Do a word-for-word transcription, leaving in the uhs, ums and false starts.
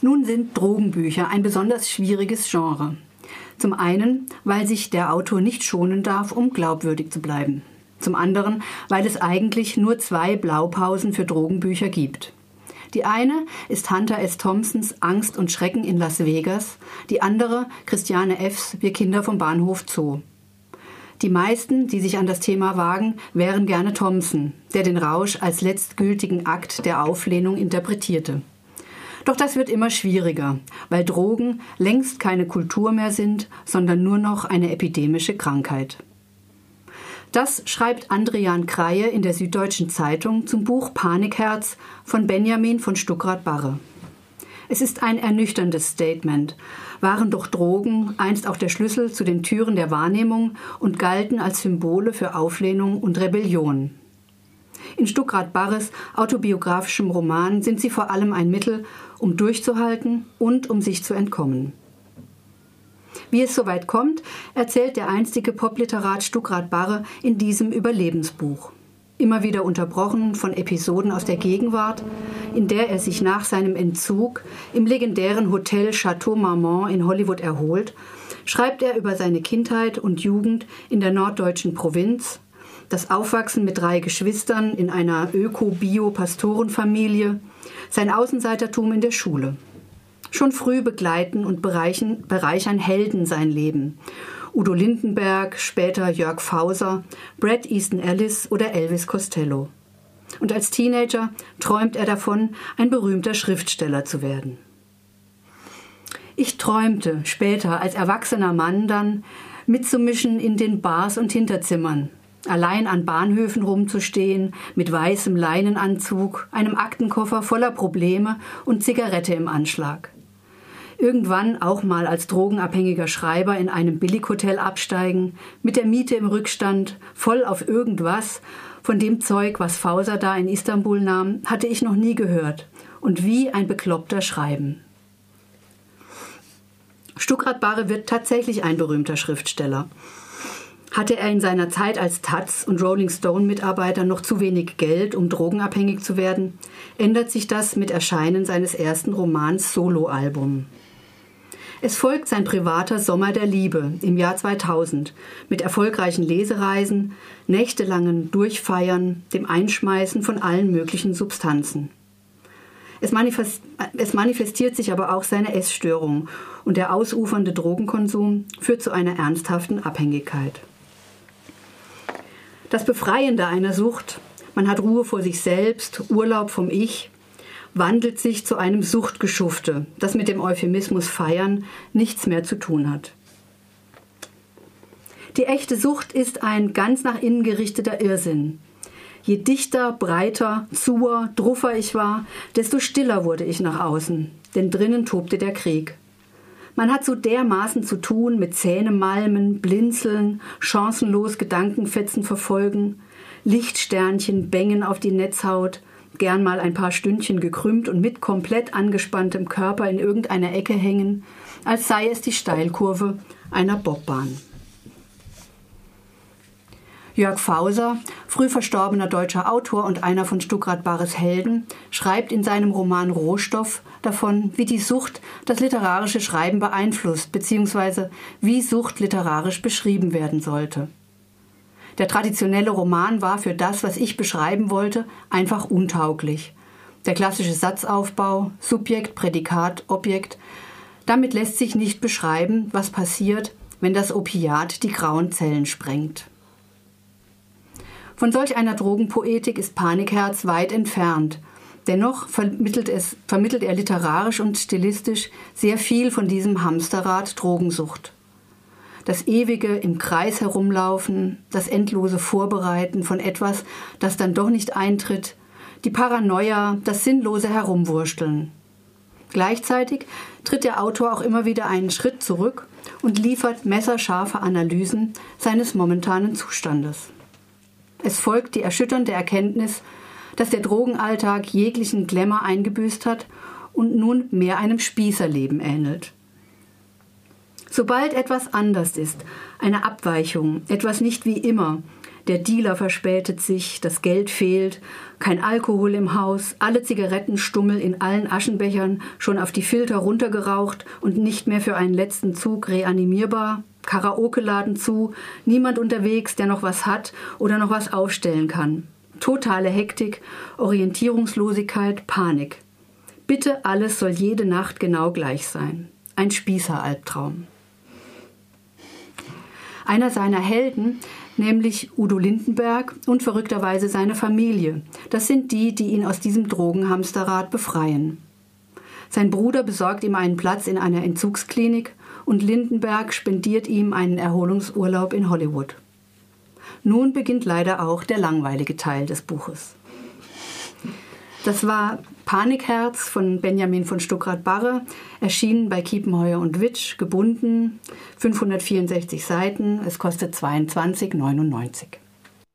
Nun sind Drogenbücher ein besonders schwieriges Genre. Zum einen, weil sich der Autor nicht schonen darf, um glaubwürdig zu bleiben. Zum anderen, weil es eigentlich nur zwei Blaupausen für Drogenbücher gibt. Die eine ist Hunter S. Thompsons Angst und Schrecken in Las Vegas, die andere Christiane Effs Wir Kinder vom Bahnhof Zoo. Die meisten, die sich an das Thema wagen, wären gerne Thompson, der den Rausch als letztgültigen Akt der Auflehnung interpretierte. Doch das wird immer schwieriger, weil Drogen längst keine Kultur mehr sind, sondern nur noch eine epidemische Krankheit. Das schreibt Andrian Kreie in der Süddeutschen Zeitung zum Buch Panikherz von Benjamin von Stuckrad-Barre. Es ist ein ernüchterndes Statement. Waren doch Drogen einst auch der Schlüssel zu den Türen der Wahrnehmung und galten als Symbole für Auflehnung und Rebellion. In Stuckrad-Barres autobiografischem Roman sind sie vor allem ein Mittel, um durchzuhalten und um sich zu entkommen. Wie es soweit kommt, erzählt der einstige Popliterat Stuckrad-Barre in diesem Überlebensbuch. Immer wieder unterbrochen von Episoden aus der Gegenwart, in der er sich nach seinem Entzug im legendären Hotel Chateau Marmont in Hollywood erholt, schreibt er über seine Kindheit und Jugend in der norddeutschen Provinz, das Aufwachsen mit drei Geschwistern in einer Öko-Bio-Pastorenfamilie, sein Außenseitertum in der Schule. Schon früh begleiten und bereichern, bereichern Helden sein Leben. Udo Lindenberg, später Jörg Fauser, Bret Easton Ellis oder Elvis Costello. Und als Teenager träumt er davon, ein berühmter Schriftsteller zu werden. Ich träumte später als erwachsener Mann dann, mitzumischen in den Bars und Hinterzimmern, allein an Bahnhöfen rumzustehen, mit weißem Leinenanzug, einem Aktenkoffer voller Probleme und Zigarette im Anschlag. Irgendwann auch mal als drogenabhängiger Schreiber in einem Billighotel absteigen, mit der Miete im Rückstand, voll auf irgendwas. Von dem Zeug, was Fauser da in Istanbul nahm, hatte ich noch nie gehört. Und wie ein Bekloppter schreiben. Stuckrad-Barre wird tatsächlich ein berühmter Schriftsteller. Hatte er in seiner Zeit als Taz und Rolling Stone-Mitarbeiter noch zu wenig Geld, um drogenabhängig zu werden, ändert sich das mit Erscheinen seines ersten Romans Soloalbum. Es folgt sein privater Sommer der Liebe im Jahr zweitausend mit erfolgreichen Lesereisen, nächtelangen Durchfeiern, dem Einschmeißen von allen möglichen Substanzen. Es manifestiert sich aber auch seine Essstörung und der ausufernde Drogenkonsum führt zu einer ernsthaften Abhängigkeit. Das Befreiende einer Sucht, man hat Ruhe vor sich selbst, Urlaub vom Ich, wandelt sich zu einem Suchtgeschufte, das mit dem Euphemismus Feiern nichts mehr zu tun hat. Die echte Sucht ist ein ganz nach innen gerichteter Irrsinn. Je dichter, breiter, zuer, druffer ich war, desto stiller wurde ich nach außen, denn drinnen tobte der Krieg. Man hat so dermaßen zu tun mit Zähnemalmen, Blinzeln, chancenlos Gedankenfetzen verfolgen, Lichtsternchen bängen auf die Netzhaut, gern mal ein paar Stündchen gekrümmt und mit komplett angespanntem Körper in irgendeiner Ecke hängen, als sei es die Steilkurve einer Bobbahn. Jörg Fauser, früh verstorbener deutscher Autor und einer von Stuckrad-Barres Helden, schreibt in seinem Roman Rohstoff davon, wie die Sucht das literarische Schreiben beeinflusst, beziehungsweise wie Sucht literarisch beschrieben werden sollte. Der traditionelle Roman war für das, was ich beschreiben wollte, einfach untauglich. Der klassische Satzaufbau, Subjekt, Prädikat, Objekt, damit lässt sich nicht beschreiben, was passiert, wenn das Opiat die grauen Zellen sprengt. Von solch einer Drogenpoetik ist Panikherz weit entfernt. Dennoch vermittelt, es, vermittelt er literarisch und stilistisch sehr viel von diesem Hamsterrad Drogensucht. Das ewige im Kreis herumlaufen, das endlose Vorbereiten von etwas, das dann doch nicht eintritt, die Paranoia, das sinnlose Herumwursteln. Gleichzeitig tritt der Autor auch immer wieder einen Schritt zurück und liefert messerscharfe Analysen seines momentanen Zustandes. Es folgt die erschütternde Erkenntnis, dass der Drogenalltag jeglichen Glamour eingebüßt hat und nun mehr einem Spießerleben ähnelt. Sobald etwas anders ist, eine Abweichung, etwas nicht wie immer, der Dealer verspätet sich, das Geld fehlt, kein Alkohol im Haus, alle Zigarettenstummel in allen Aschenbechern schon auf die Filter runtergeraucht und nicht mehr für einen letzten Zug reanimierbar, Karaoke-Laden zu, niemand unterwegs, der noch was hat oder noch was aufstellen kann. Totale Hektik, Orientierungslosigkeit, Panik. Bitte alles soll jede Nacht genau gleich sein. Ein Spießer-Albtraum. Einer seiner Helden, nämlich Udo Lindenberg und verrückterweise seine Familie. Das sind die, die ihn aus diesem Drogenhamsterrad befreien. Sein Bruder besorgt ihm einen Platz in einer Entzugsklinik und Lindenberg spendiert ihm einen Erholungsurlaub in Hollywood. Nun beginnt leider auch der langweilige Teil des Buches. Das war Panikherz von Benjamin von Stuckrad-Barre, erschienen bei Kiepenheuer und Witsch, gebunden, fünfhundertvierundsechzig Seiten, es kostet zweiundzwanzig neunundneunzig.